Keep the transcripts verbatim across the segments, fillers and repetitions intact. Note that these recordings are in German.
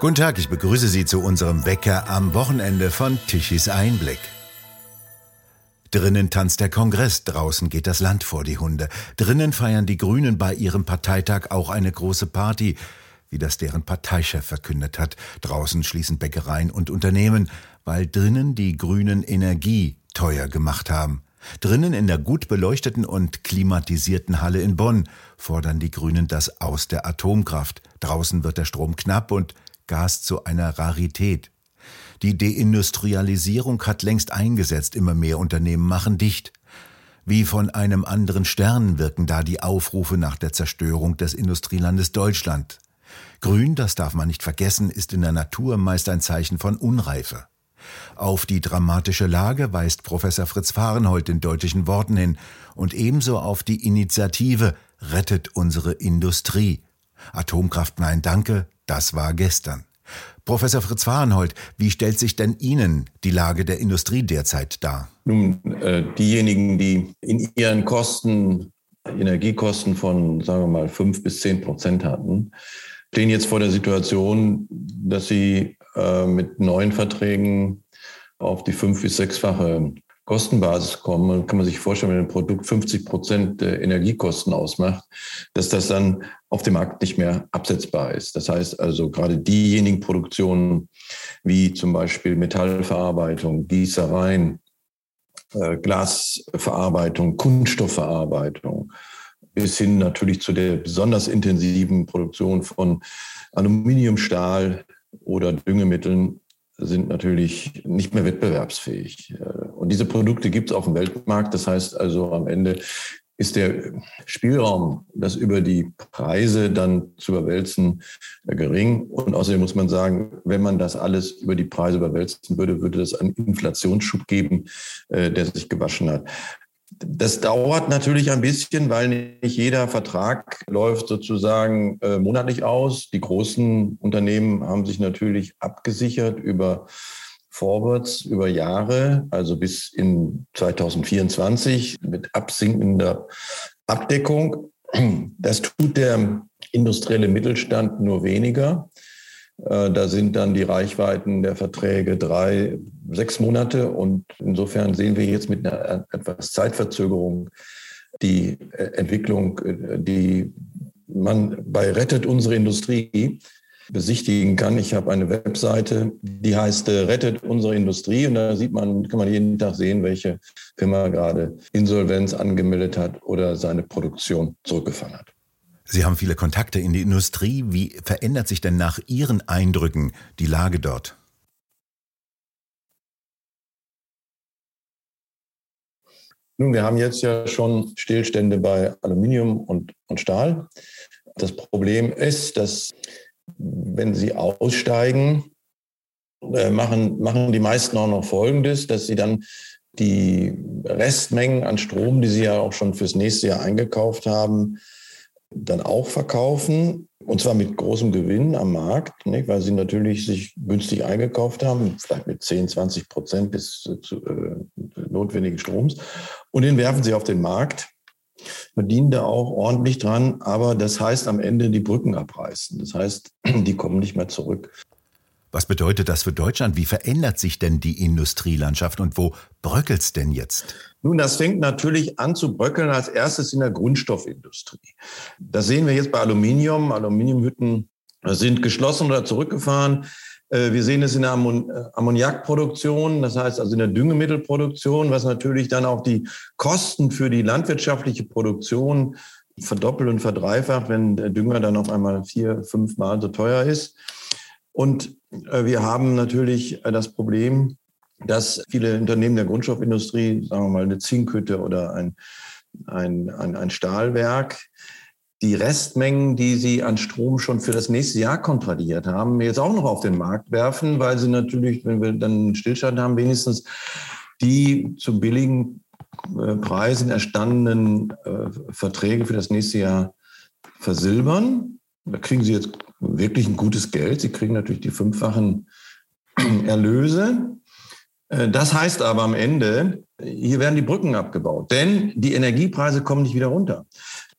Guten Tag, ich begrüße Sie zu unserem Wecker am Wochenende von Tichys Einblick. Drinnen tanzt der Kongress, draußen geht das Land vor die Hunde. Drinnen feiern die Grünen bei ihrem Parteitag auch eine große Party, wie das deren Parteichef verkündet hat. Draußen schließen Bäckereien und Unternehmen, weil drinnen die Grünen Energie teuer gemacht haben. Drinnen in der gut beleuchteten und klimatisierten Halle in Bonn fordern die Grünen das Aus der Atomkraft. Draußen wird der Strom knapp und Gas zu einer Rarität. Die Deindustrialisierung hat längst eingesetzt, immer mehr Unternehmen machen dicht. Wie von einem anderen Stern wirken da die Aufrufe nach der Zerstörung des Industrielandes Deutschland. Grün, das darf man nicht vergessen, ist in der Natur meist ein Zeichen von Unreife. Auf die dramatische Lage weist Professor Fritz Fahrenhold in deutlichen Worten hin und ebenso auf die Initiative Rettet unsere Industrie. Atomkraft nein danke, das war gestern. Professor Fritz Fahrenhold, wie stellt sich denn Ihnen die Lage der Industrie derzeit dar? Nun, äh, diejenigen, die in ihren Kosten, Energiekosten von, sagen wir mal, fünf bis zehn Prozent hatten, stehen jetzt vor der Situation, dass sie äh, mit neuen Verträgen auf die fünf- bis sechsfache Kostenbasis kommen. Dann kann man sich vorstellen, wenn ein Produkt fünfzig Prozent der Energiekosten ausmacht, dass das dann auf dem Markt nicht mehr absetzbar ist. Das heißt also, gerade diejenigen Produktionen wie zum Beispiel Metallverarbeitung, Gießereien, äh, Glasverarbeitung, Kunststoffverarbeitung, bis hin natürlich zu der besonders intensiven Produktion von Aluminium, Stahl oder Düngemitteln, sind natürlich nicht mehr wettbewerbsfähig. Und diese Produkte gibt es auf dem Weltmarkt. Das heißt also, am Ende ist der Spielraum, das über die Preise dann zu überwälzen, gering. Und außerdem muss man sagen, wenn man das alles über die Preise überwälzen würde, würde das einen Inflationsschub geben, der sich gewaschen hat. Das dauert natürlich ein bisschen, weil nicht jeder Vertrag läuft sozusagen äh, monatlich aus. Die großen Unternehmen haben sich natürlich abgesichert über Forwards, über Jahre, also bis in zwanzig vierundzwanzig mit absinkender Abdeckung. Das tut der industrielle Mittelstand nur weniger. Da sind dann die Reichweiten der Verträge drei, sechs Monate. Und insofern sehen wir jetzt mit einer etwas Zeitverzögerung die Entwicklung, die man bei Rettet unsere Industrie besichtigen kann. Ich habe eine Webseite, die heißt Rettet unsere Industrie. Und da sieht man, kann man jeden Tag sehen, welche Firma gerade Insolvenz angemeldet hat oder seine Produktion zurückgefahren hat. Sie haben viele Kontakte in die Industrie. Wie verändert sich denn nach Ihren Eindrücken die Lage dort? Nun, wir haben jetzt ja schon Stillstände bei Aluminium und, und Stahl. Das Problem ist, dass wenn Sie aussteigen, äh, machen, machen die meisten auch noch Folgendes, dass sie dann die Restmengen an Strom, die sie ja auch schon fürs nächste Jahr eingekauft haben, dann auch verkaufen, und zwar mit großem Gewinn am Markt, nicht? Weil sie natürlich sich günstig eingekauft haben, vielleicht mit zehn, zwanzig Prozent des zu, äh, notwendigen Stroms. Und den werfen sie auf den Markt, verdienen da auch ordentlich dran, aber das heißt am Ende die Brücken abreißen. Das heißt, die kommen nicht mehr zurück. Was bedeutet das für Deutschland? Wie verändert sich denn die Industrielandschaft und wo bröckelt's denn jetzt? Nun, das fängt natürlich an zu bröckeln als erstes in der Grundstoffindustrie. Das sehen wir jetzt bei Aluminium. Aluminiumhütten sind geschlossen oder zurückgefahren. Wir sehen es in der Ammoniakproduktion, das heißt also in der Düngemittelproduktion, was natürlich dann auch die Kosten für die landwirtschaftliche Produktion verdoppelt und verdreifacht, wenn der Dünger dann auf einmal vier, fünf Mal so teuer ist. Und wir haben natürlich das Problem, dass viele Unternehmen der Grundstoffindustrie, sagen wir mal eine Zinkhütte oder ein, ein, ein, ein Stahlwerk, die Restmengen, die sie an Strom schon für das nächste Jahr kontradiert haben, jetzt auch noch auf den Markt werfen, weil sie natürlich, wenn wir dann einen Stillstand haben, wenigstens die zu billigen äh, Preisen erstandenen äh, Verträge für das nächste Jahr versilbern. Da kriegen sie jetzt wirklich ein gutes Geld. Sie kriegen natürlich die fünffachen Erlöse. Das heißt aber am Ende, hier werden die Brücken abgebaut, denn die Energiepreise kommen nicht wieder runter.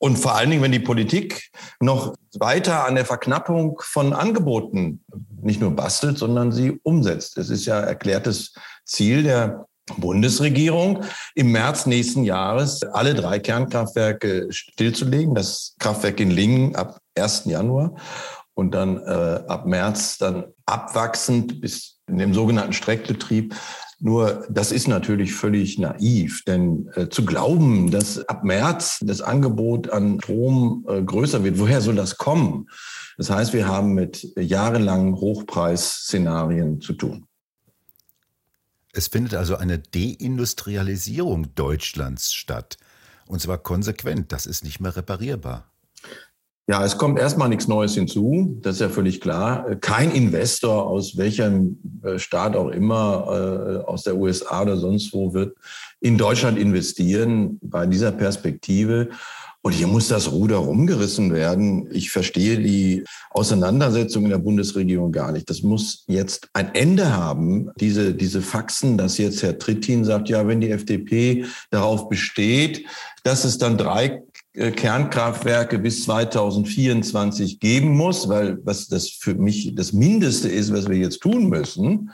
Und vor allen Dingen, wenn die Politik noch weiter an der Verknappung von Angeboten nicht nur bastelt, sondern sie umsetzt. Es ist ja erklärtes Ziel der Bundesregierung, im März nächsten Jahres alle drei Kernkraftwerke stillzulegen. Das Kraftwerk in Lingen ab ersten Januar und dann äh, ab März dann abwachsend bis in dem sogenannten Streckbetrieb. Nur das ist natürlich völlig naiv, denn äh, zu glauben, dass ab März das Angebot an Strom äh, größer wird, woher soll das kommen? Das heißt, wir haben mit jahrelangen Hochpreisszenarien zu tun. Es findet also eine Deindustrialisierung Deutschlands statt. Und zwar konsequent. Das ist nicht mehr reparierbar. Ja, es kommt erstmal nichts Neues hinzu. Das ist ja völlig klar. Kein Investor aus welchem Staat auch immer, aus der U S A oder sonst wo, wird in Deutschland investieren bei dieser Perspektive. Und hier muss das Ruder rumgerissen werden. Ich verstehe die Auseinandersetzung in der Bundesregierung gar nicht. Das muss jetzt ein Ende haben. Diese, diese Faxen, dass jetzt Herr Trittin sagt, ja, wenn die F D P darauf besteht, dass es dann drei Kernkraftwerke bis zweitausendvierundzwanzig geben muss, weil was das für mich das Mindeste ist, was wir jetzt tun müssen.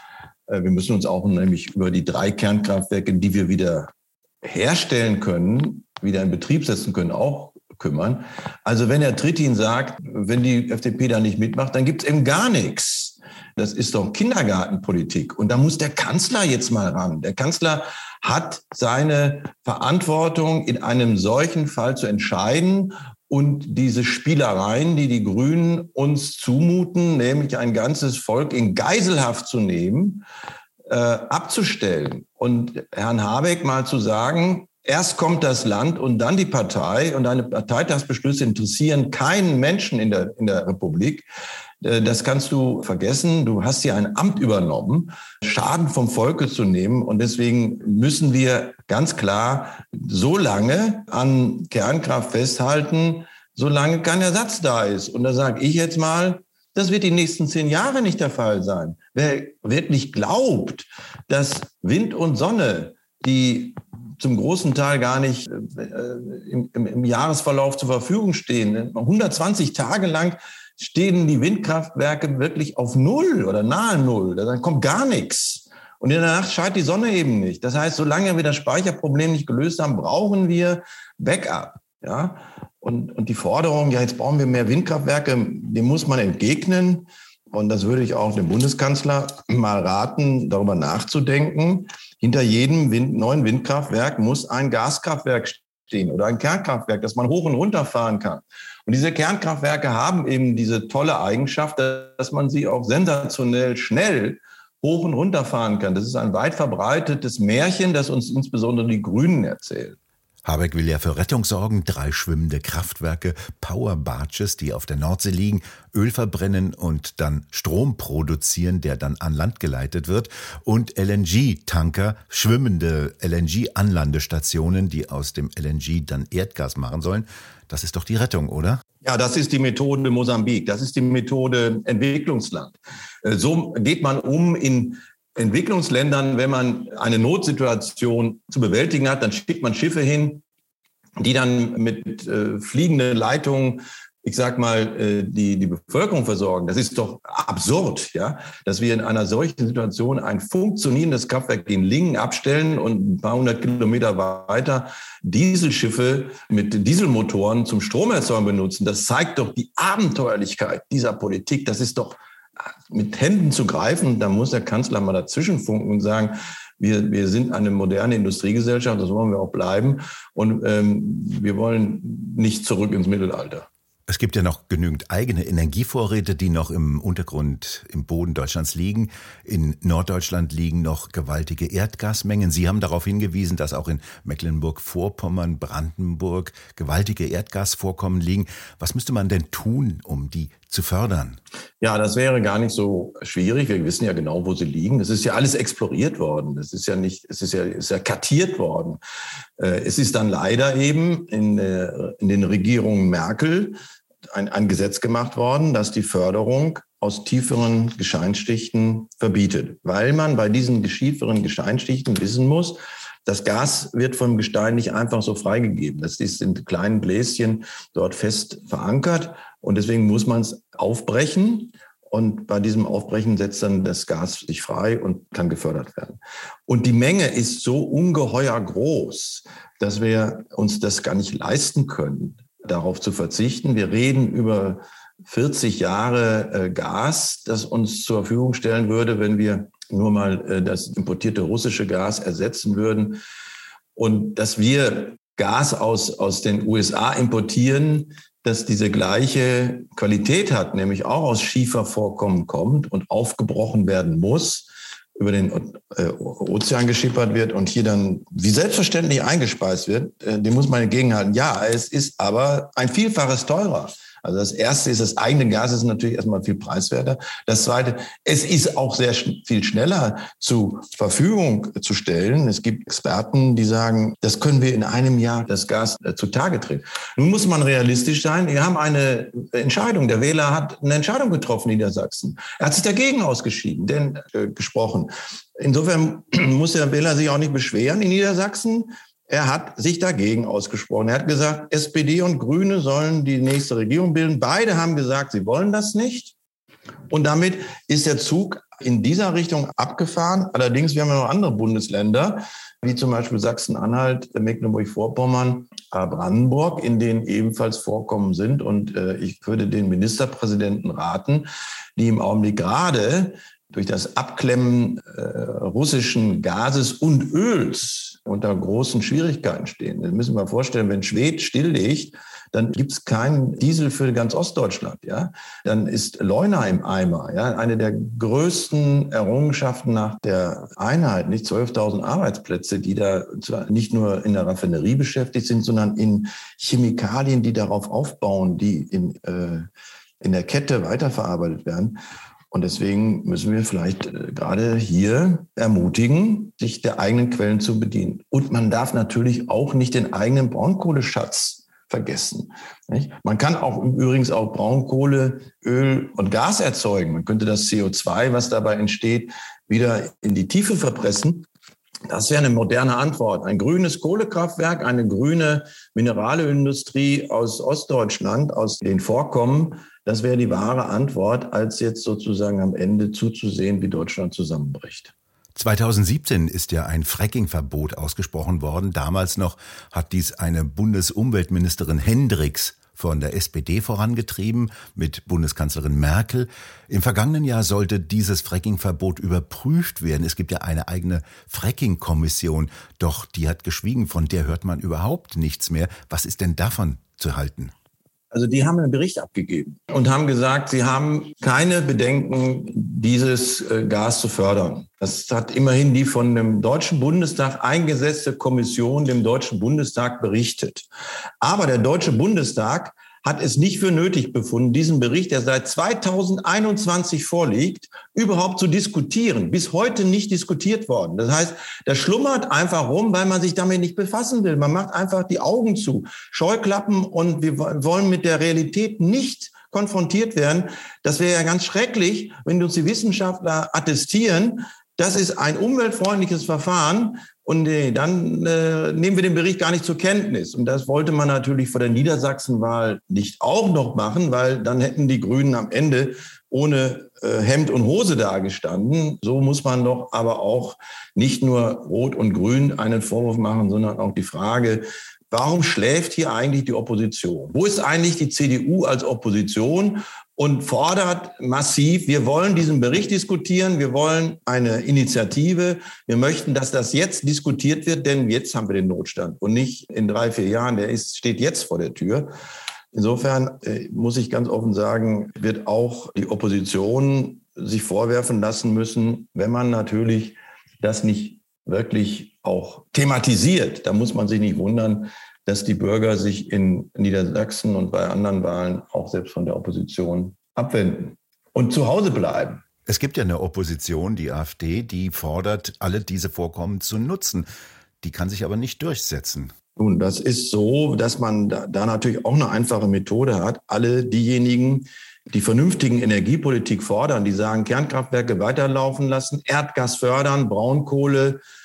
Wir müssen uns auch nämlich über die drei Kernkraftwerke, die wir wieder herstellen können, wieder in Betrieb setzen können, auch kümmern. Also wenn Herr Trittin sagt, wenn die F D P da nicht mitmacht, dann gibt es eben gar nichts. Das ist doch Kindergartenpolitik. Und da muss der Kanzler jetzt mal ran. Der Kanzler hat seine Verantwortung, in einem solchen Fall zu entscheiden und diese Spielereien, die die Grünen uns zumuten, nämlich ein ganzes Volk in Geiselhaft zu nehmen, äh, abzustellen. Und Herrn Habeck mal zu sagen, erst kommt das Land und dann die Partei, und deine Parteitagsbeschlüsse interessieren keinen Menschen in der, in der Republik. Das kannst du vergessen. Du hast hier ein Amt übernommen, Schaden vom Volke zu nehmen. Und deswegen müssen wir ganz klar so lange an Kernkraft festhalten, solange kein Ersatz da ist. Und da sage ich jetzt mal, das wird die nächsten zehn Jahre nicht der Fall sein. Wer wirklich glaubt, dass Wind und Sonne, die zum großen Teil gar nicht äh, im, im, im Jahresverlauf zur Verfügung stehen, hundertzwanzig Tage lang stehen die Windkraftwerke wirklich auf Null oder nahe Null. Dann kommt gar nichts. Und in der Nacht scheint die Sonne eben nicht. Das heißt, solange wir das Speicherproblem nicht gelöst haben, brauchen wir Backup. Ja? Und, und die Forderung, ja, jetzt brauchen wir mehr Windkraftwerke, dem muss man entgegnen. Und das würde ich auch dem Bundeskanzler mal raten, darüber nachzudenken. Hinter jedem Wind, neuen Windkraftwerk muss ein Gaskraftwerk stehen oder ein Kernkraftwerk, das man hoch und runter fahren kann. Und diese Kernkraftwerke haben eben diese tolle Eigenschaft, dass man sie auch sensationell schnell hoch und runter fahren kann. Das ist ein weit verbreitetes Märchen, das uns insbesondere die Grünen erzählen. Habeck will ja für Rettung sorgen. Drei schwimmende Kraftwerke, Power Barges, die auf der Nordsee liegen, Öl verbrennen und dann Strom produzieren, der dann an Land geleitet wird. Und L N G-Tanker, schwimmende L N G-Anlandestationen, die aus dem L N G dann Erdgas machen sollen. Das ist doch die Rettung, oder? Ja, das ist die Methode Mosambik. Das ist die Methode Entwicklungsland. So geht man um in Entwicklungsländern, wenn man eine Notsituation zu bewältigen hat, dann schickt man Schiffe hin, die dann mit äh, fliegenden Leitungen, ich sag mal, äh, die die Bevölkerung versorgen. Das ist doch absurd, ja, dass wir in einer solchen Situation ein funktionierendes Kraftwerk in Lingen abstellen und ein paar hundert Kilometer weiter Dieselschiffe mit Dieselmotoren zum Stromerzeugen benutzen. Das zeigt doch die Abenteuerlichkeit dieser Politik. Das ist doch mit Händen zu greifen. Da muss der Kanzler mal dazwischen funken und sagen, wir, wir sind eine moderne Industriegesellschaft, das wollen wir auch bleiben. Und ähm, wir wollen nicht zurück ins Mittelalter. Es gibt ja noch genügend eigene Energievorräte, die noch im Untergrund, im Boden Deutschlands liegen. In Norddeutschland liegen noch gewaltige Erdgasmengen. Sie haben darauf hingewiesen, dass auch in Mecklenburg-Vorpommern, Brandenburg gewaltige Erdgasvorkommen liegen. Was müsste man denn tun, um die zu fördern? Ja, das wäre gar nicht so schwierig. Wir wissen ja genau, wo sie liegen. Es ist ja alles exploriert worden. Es ist ja nicht, es ist ja, es ist ja kartiert worden. Es ist dann leider eben in, in den Regierungen Merkel ein, ein Gesetz gemacht worden, das die Förderung aus tieferen Gesteinsschichten verbietet. Weil man bei diesen tieferen Gesteinsschichten wissen muss, Das Gas wird vom Gestein nicht einfach so freigegeben. Das ist in kleinen Bläschen dort fest verankert und deswegen muss man es aufbrechen. Und bei diesem Aufbrechen setzt dann das Gas sich frei und kann gefördert werden. Und die Menge ist so ungeheuer groß, dass wir uns das gar nicht leisten können, darauf zu verzichten. Wir reden über vierzig Jahre Gas, das uns zur Verfügung stellen würde, wenn wir nur mal das importierte russische Gas ersetzen würden. Und dass wir Gas aus, aus den U S A importieren, das diese gleiche Qualität hat, nämlich auch aus Schiefervorkommen kommt und aufgebrochen werden muss, über den äh, Ozean geschippert wird und hier dann wie selbstverständlich eingespeist wird, äh, dem muss man entgegenhalten. Ja, es ist aber ein Vielfaches teurer. Also das Erste ist, das eigene Gas ist natürlich erstmal viel preiswerter. Das Zweite, es ist auch sehr sch- viel schneller zur Verfügung zu stellen. Es gibt Experten, die sagen, das können wir in einem Jahr das Gas äh, zutage treten. Nun muss man realistisch sein. Wir haben eine Entscheidung. Der Wähler hat eine Entscheidung getroffen in Niedersachsen. Er hat sich dagegen ausgeschieden, denn äh, gesprochen. Insofern muss der Wähler sich auch nicht beschweren in Niedersachsen. Er hat sich dagegen ausgesprochen. Er hat gesagt, S P D und Grüne sollen die nächste Regierung bilden. Beide haben gesagt, sie wollen das nicht. Und damit ist der Zug in dieser Richtung abgefahren. Allerdings, wir haben ja noch andere Bundesländer, wie zum Beispiel Sachsen-Anhalt, Mecklenburg-Vorpommern, Brandenburg, in denen ebenfalls Vorkommen sind. Und äh, ich würde den Ministerpräsidenten raten, die im Augenblick gerade durch das Abklemmen äh, russischen Gases und Öls unter großen Schwierigkeiten stehen. Das müssen wir vorstellen, wenn Schwedt stilllegt, dann gibt es keinen Diesel für ganz Ostdeutschland. Ja? Dann ist Leuna im Eimer, ja? Eine der größten Errungenschaften nach der Einheit, nicht zwölftausend Arbeitsplätze, die da zwar nicht nur in der Raffinerie beschäftigt sind, sondern in Chemikalien, die darauf aufbauen, die in, äh, in der Kette weiterverarbeitet werden. Und deswegen müssen wir vielleicht äh, gerade hier ermutigen, sich der eigenen Quellen zu bedienen. Und man darf natürlich auch nicht den eigenen Braunkohleschatz vergessen. Nicht? Man kann auch übrigens auch Braunkohle, Öl und Gas erzeugen. Man könnte das C O zwei, was dabei entsteht, wieder in die Tiefe verpressen. Das wäre eine moderne Antwort. Ein grünes Kohlekraftwerk, eine grüne Mineralölindustrie aus Ostdeutschland, aus den Vorkommen, das wäre die wahre Antwort, als jetzt sozusagen am Ende zuzusehen, wie Deutschland zusammenbricht. zweitausendsiebzehn ist ja ein Fracking-Verbot ausgesprochen worden. Damals noch hat dies eine Bundesumweltministerin Hendricks von der S P D vorangetrieben mit Bundeskanzlerin Merkel. Im vergangenen Jahr sollte dieses Fracking-Verbot überprüft werden. Es gibt ja eine eigene Fracking-Kommission, doch die hat geschwiegen, von der hört man überhaupt nichts mehr. Was ist denn davon zu halten? Also die haben einen Bericht abgegeben und haben gesagt, sie haben keine Bedenken, dieses Gas zu fördern. Das hat immerhin die von dem Deutschen Bundestag eingesetzte Kommission dem Deutschen Bundestag berichtet. Aber der Deutsche Bundestag hat es nicht für nötig befunden, diesen Bericht, der seit zweitausendeinundzwanzig vorliegt, überhaupt zu diskutieren. Bis heute nicht diskutiert worden. Das heißt, das schlummert einfach rum, weil man sich damit nicht befassen will. Man macht einfach die Augen zu, Scheuklappen, und wir wollen mit der Realität nicht konfrontiert werden. Das wäre ja ganz schrecklich, wenn uns die Wissenschaftler attestieren, das ist ein umweltfreundliches Verfahren, und äh, dann äh, nehmen wir den Bericht gar nicht zur Kenntnis. Und das wollte man natürlich vor der Niedersachsenwahl nicht auch noch machen, weil dann hätten die Grünen am Ende ohne äh, Hemd und Hose dagestanden. So muss man doch aber auch nicht nur Rot und Grün einen Vorwurf machen, sondern auch die Frage, warum schläft hier eigentlich die Opposition? Wo ist eigentlich die C D U als Opposition und fordert massiv, wir wollen diesen Bericht diskutieren, wir wollen eine Initiative, wir möchten, dass das jetzt diskutiert wird, denn jetzt haben wir den Notstand und nicht in drei, vier Jahren, der ist, steht jetzt vor der Tür. Insofern äh, muss ich ganz offen sagen, wird auch die Opposition sich vorwerfen lassen müssen, wenn man natürlich das nicht wirklich auch thematisiert. Da muss man sich nicht wundern, dass die Bürger sich in Niedersachsen und bei anderen Wahlen auch selbst von der Opposition abwenden und zu Hause bleiben. Es gibt ja eine Opposition, die AfD, die fordert, alle diese Vorkommen zu nutzen. Die kann sich aber nicht durchsetzen. Nun, das ist so, dass man da, da natürlich auch eine einfache Methode hat. Alle diejenigen, die vernünftigen Energiepolitik fordern, die sagen, Kernkraftwerke weiterlaufen lassen, Erdgas fördern, Braunkohle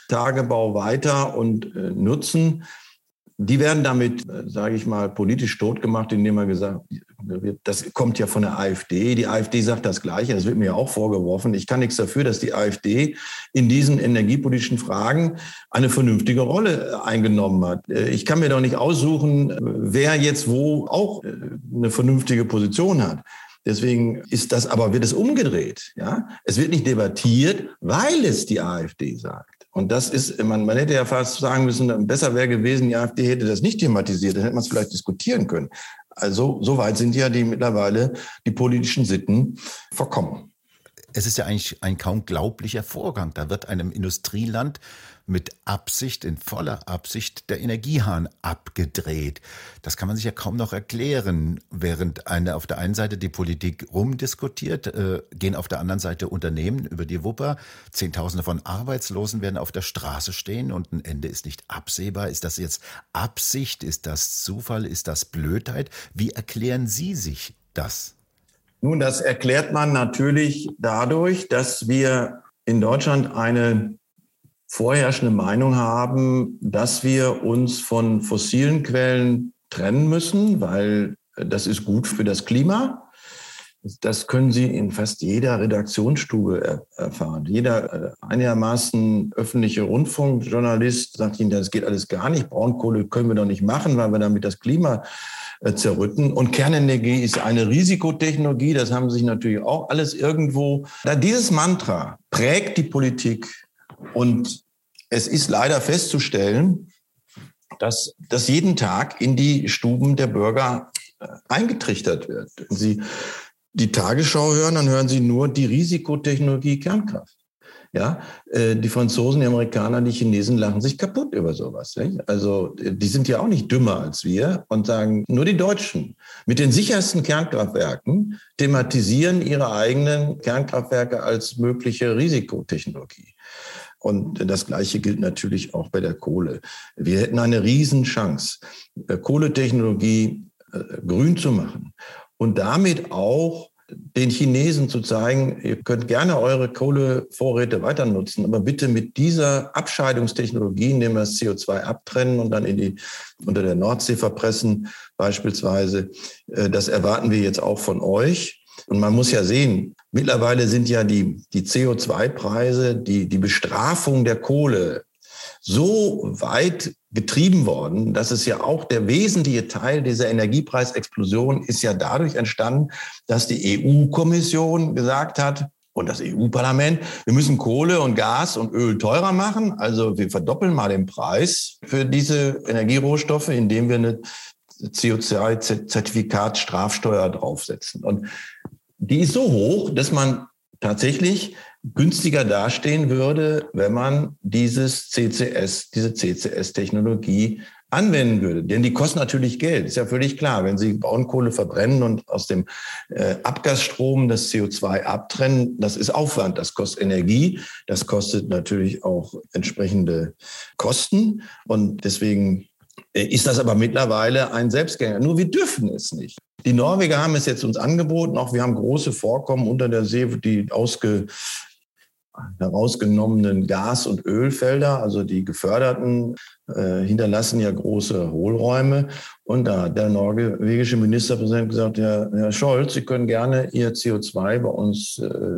Tagebau weiter und äh, nutzen. Die werden damit, sage ich mal, politisch totgemacht, indem man gesagt wird, das kommt ja von der AfD. Die AfD sagt das Gleiche, das wird mir ja auch vorgeworfen. Ich kann nichts dafür, dass die AfD in diesen energiepolitischen Fragen eine vernünftige Rolle eingenommen hat. Ich kann mir doch nicht aussuchen, wer jetzt wo auch eine vernünftige Position hat. Deswegen ist das, aber wird es umgedreht. Ja? Es wird nicht debattiert, weil es die AfD sagt. Und das ist, man, man hätte ja fast sagen müssen, besser wäre gewesen, die AfD hätte das nicht thematisiert, dann hätte man es vielleicht diskutieren können. Also so weit sind ja die mittlerweile die politischen Sitten verkommen. Es ist ja eigentlich ein kaum glaublicher Vorgang. Da wird einem Industrieland mit Absicht, in voller Absicht, der Energiehahn abgedreht. Das kann man sich ja kaum noch erklären, während eine auf der einen Seite die Politik rumdiskutiert, äh, gehen auf der anderen Seite Unternehmen über die Wupper. Zehntausende von Arbeitslosen werden auf der Straße stehen und ein Ende ist nicht absehbar. Ist das jetzt Absicht? Ist das Zufall? Ist das Blödheit? Wie erklären Sie sich das? Nun, das erklärt man natürlich dadurch, dass wir in Deutschland eine vorherrschende Meinung haben, dass wir uns von fossilen Quellen trennen müssen, weil das ist gut für das Klima. Das können Sie in fast jeder Redaktionsstube erfahren. Jeder einigermaßen öffentliche Rundfunkjournalist sagt Ihnen, das geht alles gar nicht. Braunkohle können wir doch nicht machen, weil wir damit das Klima zerrütten. Und Kernenergie ist eine Risikotechnologie. Das haben sich natürlich auch alles irgendwo. Da dieses Mantra prägt die Politik. Und es ist leider festzustellen, dass das jeden Tag in die Stuben der Bürger eingetrichtert wird. Wenn Sie die Tagesschau hören, dann hören Sie nur die Risikotechnologie Kernkraft. Ja, die Franzosen, die Amerikaner, die Chinesen lachen sich kaputt über sowas. Nicht? Also die sind ja auch nicht dümmer als wir und sagen, nur die Deutschen mit den sichersten Kernkraftwerken thematisieren ihre eigenen Kernkraftwerke als mögliche Risikotechnologie. Und das Gleiche gilt natürlich auch bei der Kohle. Wir hätten eine Riesenchance, Kohletechnologie grün zu machen und damit auch den Chinesen zu zeigen, ihr könnt gerne eure Kohlevorräte weiter nutzen, aber bitte mit dieser Abscheidungstechnologie, indem wir das C O zwei abtrennen und dann in die, unter der Nordsee verpressen beispielsweise. Das erwarten wir jetzt auch von euch. Und man muss ja sehen, mittlerweile sind ja die, die C O zwei Preise, die, die Bestrafung der Kohle so weit getrieben worden, dass es ja auch der wesentliche Teil dieser Energiepreisexplosion ist ja dadurch entstanden, dass die E U-Kommission gesagt hat und das E U-Parlament, wir müssen Kohle und Gas und Öl teurer machen. Also wir verdoppeln mal den Preis für diese Energierohstoffe, indem wir eine C O zwei Zertifikatstrafsteuer draufsetzen. Und die ist so hoch, dass man tatsächlich günstiger dastehen würde, wenn man dieses C C S, diese C C S-Technologie anwenden würde. Denn die kosten natürlich Geld, ist ja völlig klar. Wenn Sie Braunkohle verbrennen und aus dem äh, Abgasstrom das C O zwei abtrennen, das ist Aufwand, das kostet Energie, das kostet natürlich auch entsprechende Kosten. Und deswegen ist das aber mittlerweile ein Selbstgänger. Nur wir dürfen es nicht. Die Norweger haben es jetzt uns angeboten, auch wir haben große Vorkommen unter der See, die ausge, herausgenommenen Gas- und Ölfelder, also die geförderten, äh, hinterlassen ja große Hohlräume. Und da hat der norwegische Ministerpräsident gesagt, ja, Herr Scholz, Sie können gerne Ihr C O zwei bei uns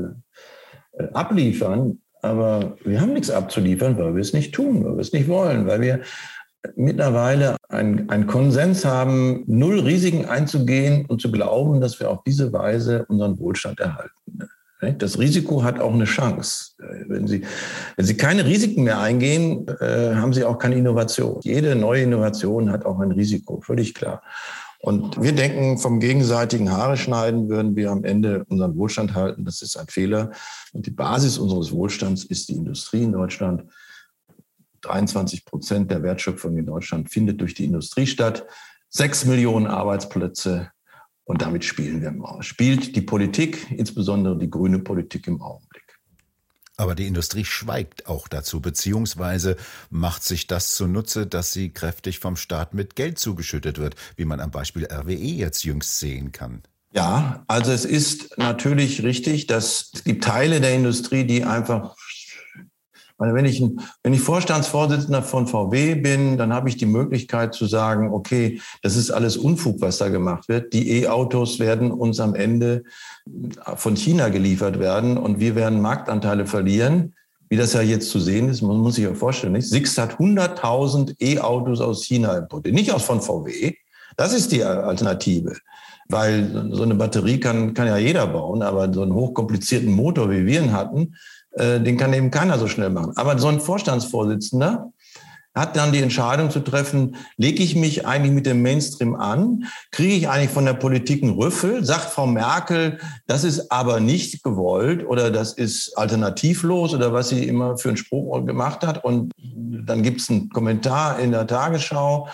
äh, abliefern, aber wir haben nichts abzuliefern, weil wir es nicht tun, weil wir es nicht wollen, weil wir mittlerweile einen Konsens haben, null Risiken einzugehen und zu glauben, dass wir auf diese Weise unseren Wohlstand erhalten. Das Risiko hat auch eine Chance. Wenn Sie, wenn Sie keine Risiken mehr eingehen, haben Sie auch keine Innovation. Jede neue Innovation hat auch ein Risiko, völlig klar. Und wir denken, vom gegenseitigen Haare schneiden würden wir am Ende unseren Wohlstand halten. Das ist ein Fehler. Und die Basis unseres Wohlstands ist die Industrie in Deutschland. dreiundzwanzig Prozent der Wertschöpfung in Deutschland findet durch die Industrie statt. Sechs Millionen Arbeitsplätze. Und damit spielen wir im Augenblick. Spielt die Politik, insbesondere die grüne Politik im Augenblick. Aber die Industrie schweigt auch dazu, beziehungsweise macht sich das zunutze, dass sie kräftig vom Staat mit Geld zugeschüttet wird, wie man am Beispiel R W E jetzt jüngst sehen kann. Ja, also es ist natürlich richtig, dass es gibt Teile der Industrie, die einfach Weil wenn ich, ein, wenn ich Vorstandsvorsitzender von V W bin, dann habe ich die Möglichkeit zu sagen, okay, das ist alles Unfug, was da gemacht wird. Die E-Autos werden uns am Ende von China geliefert werden und wir werden Marktanteile verlieren. Wie das ja jetzt zu sehen ist, man muss sich ja vorstellen, nicht? Sixt hat hunderttausend E-Autos aus China importiert, nicht aus von V W. Das ist die Alternative. Weil so eine Batterie kann, kann ja jeder bauen, aber so einen hochkomplizierten Motor, wie wir ihn hatten, äh, den kann eben keiner so schnell machen. Aber so ein Vorstandsvorsitzender hat dann die Entscheidung zu treffen, lege ich mich eigentlich mit dem Mainstream an, kriege ich eigentlich von der Politik einen Rüffel, sagt Frau Merkel, das ist aber nicht gewollt oder das ist alternativlos oder was sie immer für einen Spruch gemacht hat. Und dann gibt es einen Kommentar in der Tagesschau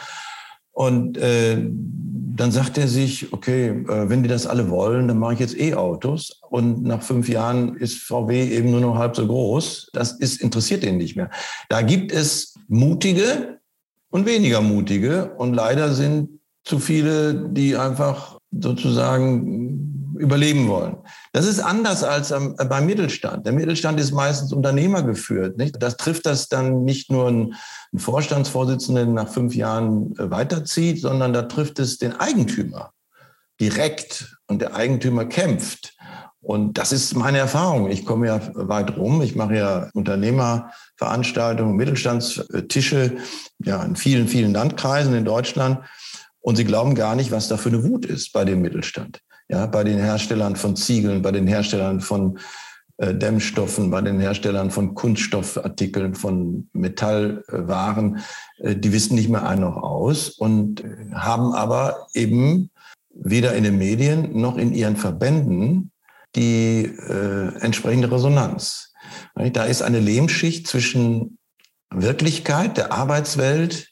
und äh, dann sagt er sich, okay, äh, wenn die das alle wollen, dann mache ich jetzt E-Autos. Und nach fünf Jahren ist V W eben nur noch halb so groß. Das ist, interessiert ihn nicht mehr. Da gibt es mutige und weniger mutige. Und leider sind zu viele, die einfach sozusagen überleben wollen. Das ist anders als am, beim Mittelstand. Der Mittelstand ist meistens unternehmergeführt, nicht? Das trifft das dann nicht nur einen, einen Vorstandsvorsitzenden nach fünf Jahren weiterzieht, sondern da trifft es den Eigentümer direkt und der Eigentümer kämpft. Und das ist meine Erfahrung. Ich komme ja weit rum. Ich mache ja Unternehmerveranstaltungen, Mittelstandstische, ja, in vielen, vielen Landkreisen in Deutschland. Und Sie glauben gar nicht, was da für eine Wut ist bei dem Mittelstand. Ja, bei den Herstellern von Ziegeln, bei den Herstellern von äh, Dämmstoffen, bei den Herstellern von Kunststoffartikeln, von Metallwaren. Äh, die wissen nicht mehr ein noch aus und äh, haben aber eben weder in den Medien noch in ihren Verbänden die äh, entsprechende Resonanz. Da ist eine Lehmschicht zwischen Wirklichkeit, der Arbeitswelt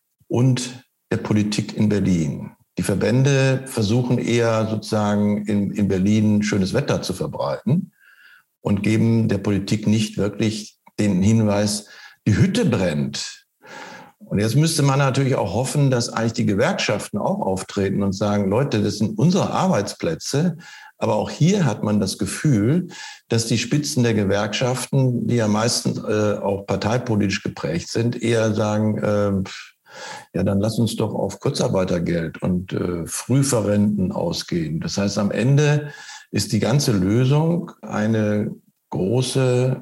und der Politik in Berlin. Die Verbände versuchen eher sozusagen in, in Berlin schönes Wetter zu verbreiten und geben der Politik nicht wirklich den Hinweis, die Hütte brennt. Und jetzt müsste man natürlich auch hoffen, dass eigentlich die Gewerkschaften auch auftreten und sagen, Leute, das sind unsere Arbeitsplätze. Aber auch hier hat man das Gefühl, dass die Spitzen der Gewerkschaften, die ja meistens äh, auch parteipolitisch geprägt sind, eher sagen, äh, ja, dann lass uns doch auf Kurzarbeitergeld und äh, Frühverrenten ausgehen. Das heißt, am Ende ist die ganze Lösung eine große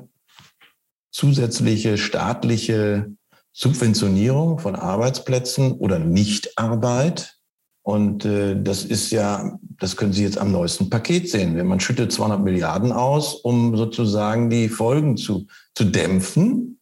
zusätzliche staatliche Subventionierung von Arbeitsplätzen oder Nichtarbeit. Und äh, das ist ja, das können Sie jetzt am neuesten Paket sehen. Man schüttet zweihundert Milliarden aus, um sozusagen die Folgen zu, zu dämpfen.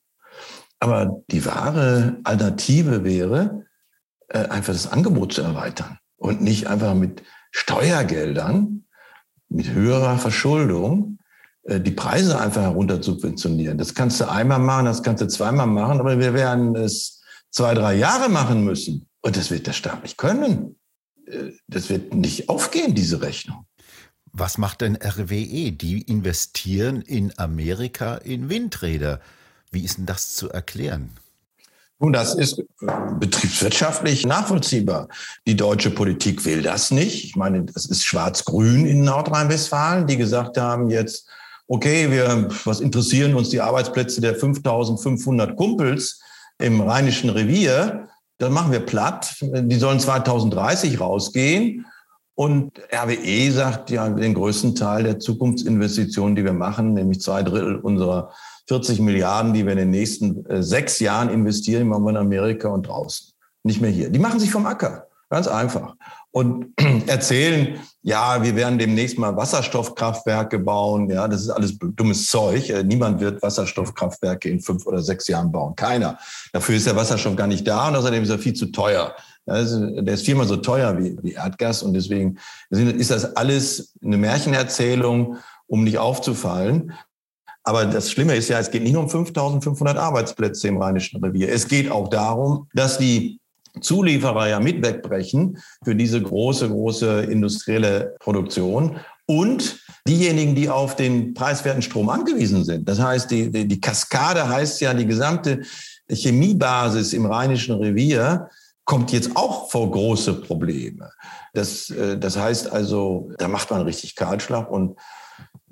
Aber die wahre Alternative wäre, äh, einfach das Angebot zu erweitern und nicht einfach mit Steuergeldern, mit höherer Verschuldung, äh, die Preise einfach herunter subventionieren. Das kannst du einmal machen, das kannst du zweimal machen, aber wir werden es zwei, drei Jahre machen müssen. Und das wird der Staat nicht können. Äh, das wird nicht aufgehen, diese Rechnung. Was macht denn R W E? Die investieren in Amerika in Windräder. Wie ist denn das zu erklären? Nun, das ist betriebswirtschaftlich nachvollziehbar. Die deutsche Politik will das nicht. Ich meine, das ist schwarz-grün in Nordrhein-Westfalen, die gesagt haben jetzt, okay, wir, was interessieren uns die Arbeitsplätze der fünftausendfünfhundert Kumpels im Rheinischen Revier? Dann machen wir platt. Die sollen zweitausenddreißig rausgehen. Und R W E sagt ja, den größten Teil der Zukunftsinvestitionen, die wir machen, nämlich zwei Drittel unserer vierzig Milliarden, die wir in den nächsten äh, sechs Jahren investieren, machen wir in Amerika und draußen. Nicht mehr hier. Die machen sich vom Acker. Ganz einfach. Und erzählen, ja, wir werden demnächst mal Wasserstoffkraftwerke bauen. Ja, das ist alles dummes Zeug. Äh, niemand wird Wasserstoffkraftwerke in fünf oder sechs Jahren bauen. Keiner. Dafür ist der Wasserstoff gar nicht da und außerdem ist er viel zu teuer. Ja, ist, der ist viermal so teuer wie, wie Erdgas und deswegen ist das alles eine Märchenerzählung, um nicht aufzufallen. Aber das Schlimme ist ja, es geht nicht nur um fünftausendfünfhundert Arbeitsplätze im Rheinischen Revier. Es geht auch darum, dass die Zulieferer ja mit wegbrechen für diese große, große industrielle Produktion und diejenigen, die auf den preiswerten Strom angewiesen sind. Das heißt, die, die, die Kaskade heißt ja, die gesamte Chemiebasis im Rheinischen Revier kommt jetzt auch vor große Probleme. Das, das heißt also, da macht man richtig Kahlschlag und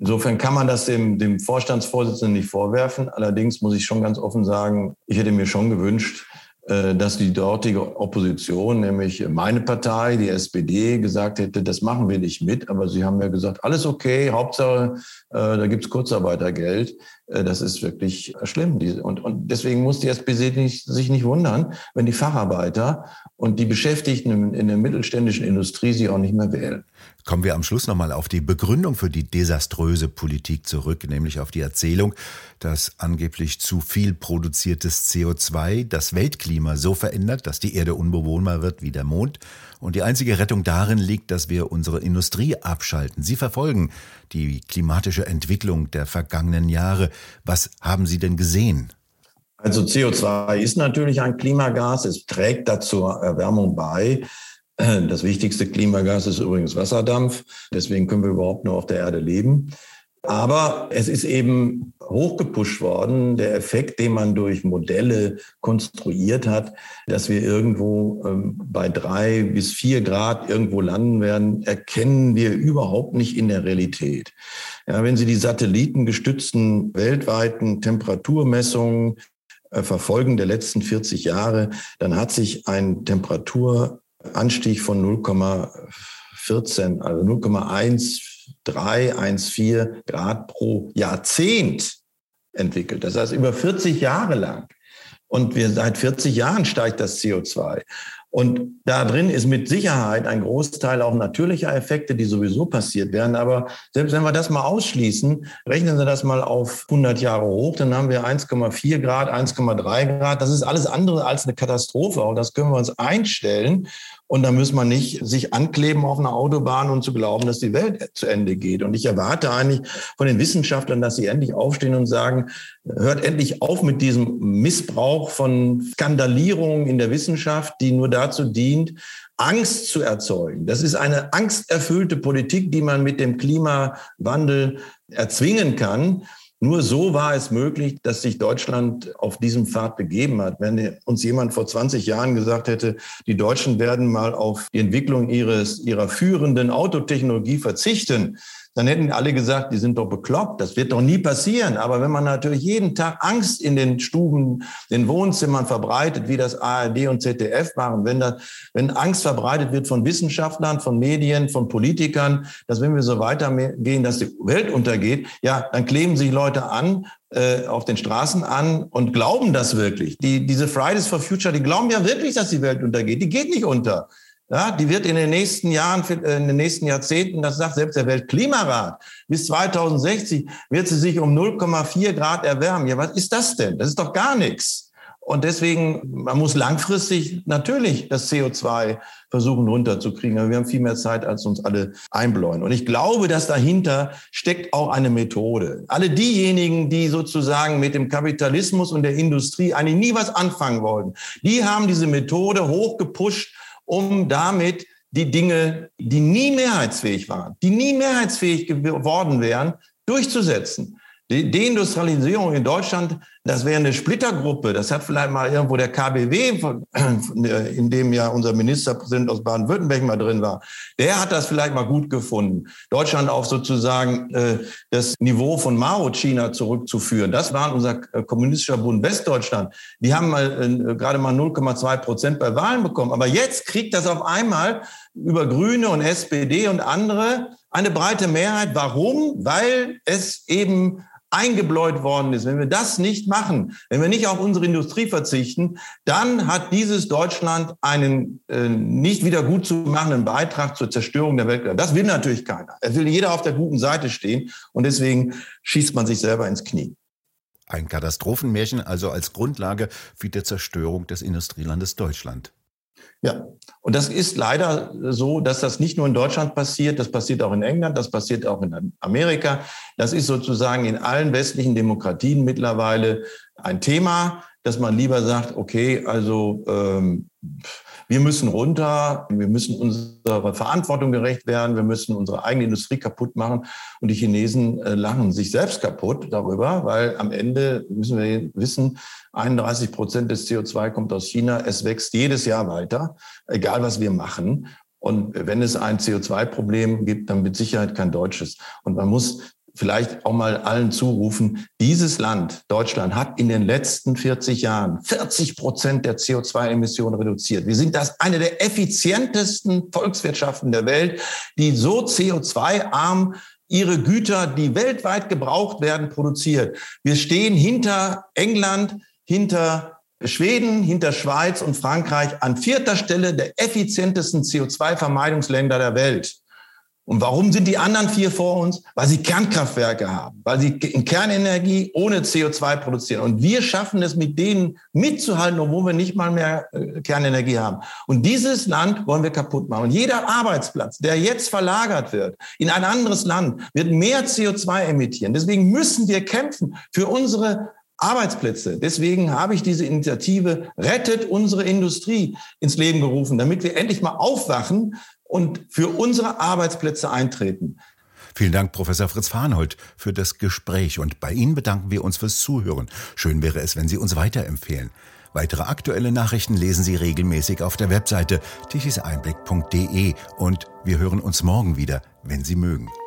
Insofern kann man das dem, dem Vorstandsvorsitzenden nicht vorwerfen. Allerdings muss ich schon ganz offen sagen, ich hätte mir schon gewünscht, dass die dortige Opposition, nämlich meine Partei, die S P D, gesagt hätte, das machen wir nicht mit. Aber sie haben ja gesagt, alles okay, Hauptsache, da gibt's Kurzarbeitergeld. Das ist wirklich schlimm. Und, und deswegen muss die S P D nicht, sich nicht wundern, wenn die Facharbeiter und die Beschäftigten in der mittelständischen Industrie sie auch nicht mehr wählen. Kommen wir am Schluss nochmal auf die Begründung für die desaströse Politik zurück, nämlich auf die Erzählung, dass angeblich zu viel produziertes C O zwei das Weltklima so verändert, dass die Erde unbewohnbar wird wie der Mond. Und die einzige Rettung darin liegt, dass wir unsere Industrie abschalten. Sie verfolgen die klimatische Entwicklung der vergangenen Jahre. Was haben Sie denn gesehen? Also C O zwei ist natürlich ein Klimagas. Es trägt dazu Erwärmung bei. Das wichtigste Klimagas ist übrigens Wasserdampf. Deswegen können wir überhaupt nur auf der Erde leben. Aber es ist eben hochgepusht worden, der Effekt, den man durch Modelle konstruiert hat, dass wir irgendwo ähm, bei drei bis vier Grad irgendwo landen werden, erkennen wir überhaupt nicht in der Realität. Ja, wenn Sie die satellitengestützten weltweiten Temperaturmessungen äh, verfolgen der letzten vierzig Jahre, dann hat sich ein Temperaturanstieg von null Komma vierzehn, also null Komma eins drei, eins Komma vier Grad pro Jahrzehnt entwickelt. Das heißt über vierzig Jahre lang. Und wir, seit vierzig Jahren steigt das C O zwei. Und da drin ist mit Sicherheit ein Großteil auch natürlicher Effekte, die sowieso passiert werden. Aber selbst wenn wir das mal ausschließen, rechnen Sie das mal auf hundert Jahre hoch, dann haben wir eins Komma vier Grad, eins Komma drei Grad. Das ist alles andere als eine Katastrophe. Auch das können wir uns einstellen. Und da muss man nicht sich ankleben auf einer Autobahn und zu glauben, dass die Welt zu Ende geht. Und ich erwarte eigentlich von den Wissenschaftlern, dass sie endlich aufstehen und sagen, hört endlich auf mit diesem Missbrauch von Skandalierungen in der Wissenschaft, die nur dazu dient, Angst zu erzeugen. Das ist eine angsterfüllte Politik, die man mit dem Klimawandel erzwingen kann. Nur so war es möglich, dass sich Deutschland auf diesem Pfad begeben hat. Wenn uns jemand vor zwanzig Jahren gesagt hätte, die Deutschen werden mal auf die Entwicklung ihres, ihrer führenden Autotechnologie verzichten, dann hätten alle gesagt, die sind doch bekloppt, das wird doch nie passieren. Aber wenn man natürlich jeden Tag Angst in den Stuben, den Wohnzimmern verbreitet, wie das A R D und Z D F machen, wenn, da, wenn Angst verbreitet wird von Wissenschaftlern, von Medien, von Politikern, dass wenn wir so weitergehen, dass die Welt untergeht, ja, dann kleben sich Leute an, äh, auf den Straßen an und glauben das wirklich. Die, diese Fridays for Future, die glauben ja wirklich, dass die Welt untergeht. Die geht nicht unter. Ja, die wird in den nächsten Jahren, in den nächsten Jahrzehnten, das sagt selbst der Weltklimarat, bis zweitausendsechzig wird sie sich um null Komma vier Grad erwärmen. Ja, was ist das denn? Das ist doch gar nichts. Und deswegen, man muss langfristig natürlich das C O zwei versuchen runterzukriegen. Aber wir haben viel mehr Zeit, als uns alle einbläuen. Und ich glaube, dass dahinter steckt auch eine Methode. Alle diejenigen, die sozusagen mit dem Kapitalismus und der Industrie eigentlich nie was anfangen wollten, die haben diese Methode hochgepusht, um damit die Dinge, die nie mehrheitsfähig waren, die nie mehrheitsfähig geworden wären, durchzusetzen. Die Deindustrialisierung in Deutschland, das wäre eine Splittergruppe. Das hat vielleicht mal irgendwo der K B W, in dem ja unser Ministerpräsident aus Baden-Württemberg mal drin war, der hat das vielleicht mal gut gefunden, Deutschland auf sozusagen äh, das Niveau von Mao-China zurückzuführen. Das war unser kommunistischer Bund Westdeutschland. Die haben mal äh, gerade mal null Komma zwei Prozent bei Wahlen bekommen. Aber jetzt kriegt das auf einmal über Grüne und S P D und andere eine breite Mehrheit. Warum? Weil es eben eingebläut worden ist. Wenn wir das nicht machen, wenn wir nicht auf unsere Industrie verzichten, dann hat dieses Deutschland einen äh, nicht wieder gut zu machenden Beitrag zur Zerstörung der Welt. Das will natürlich keiner. Es will jeder auf der guten Seite stehen und deswegen schießt man sich selber ins Knie. Ein Katastrophenmärchen also als Grundlage für die Zerstörung des Industrielandes Deutschland. Ja, und das ist leider so, dass das nicht nur in Deutschland passiert, das passiert auch in England, das passiert auch in Amerika. Das ist sozusagen in allen westlichen Demokratien mittlerweile ein Thema, dass man lieber sagt, okay, also ähm, wir müssen runter, wir müssen unserer Verantwortung gerecht werden, wir müssen unsere eigene Industrie kaputt machen. Und die Chinesen äh, lachen sich selbst kaputt darüber, weil am Ende müssen wir wissen, einunddreißig Prozent des C O zwei kommt aus China. Es wächst jedes Jahr weiter, egal was wir machen. Und wenn es ein C O zwei Problem gibt, dann mit Sicherheit kein deutsches. Und man muss vielleicht auch mal allen zurufen, dieses Land, Deutschland, hat in den letzten vierzig Jahren vierzig Prozent der C O zwei Emissionen reduziert. Wir sind das eine der effizientesten Volkswirtschaften der Welt, die so C O zwei arm ihre Güter, die weltweit gebraucht werden, produziert. Wir stehen hinter England, hinter Schweden, hinter Schweiz und Frankreich an vierter Stelle der effizientesten C O zwei Vermeidungsländer der Welt. Und warum sind die anderen vier vor uns? Weil sie Kernkraftwerke haben, weil sie in Kernenergie ohne C O zwei produzieren. Und wir schaffen es, mit denen mitzuhalten, obwohl wir nicht mal mehr Kernenergie haben. Und dieses Land wollen wir kaputt machen. Und jeder Arbeitsplatz, der jetzt verlagert wird in ein anderes Land, wird mehr C O zwei emittieren. Deswegen müssen wir kämpfen für unsere Arbeitsplätze. Deswegen habe ich diese Initiative Rettet unsere Industrie ins Leben gerufen, damit wir endlich mal aufwachen und für unsere Arbeitsplätze eintreten. Vielen Dank, Professor Fritz Farnhold, für das Gespräch. Und bei Ihnen bedanken wir uns fürs Zuhören. Schön wäre es, wenn Sie uns weiterempfehlen. Weitere aktuelle Nachrichten lesen Sie regelmäßig auf der Webseite tichiseinblick punkt de. Und wir hören uns morgen wieder, wenn Sie mögen.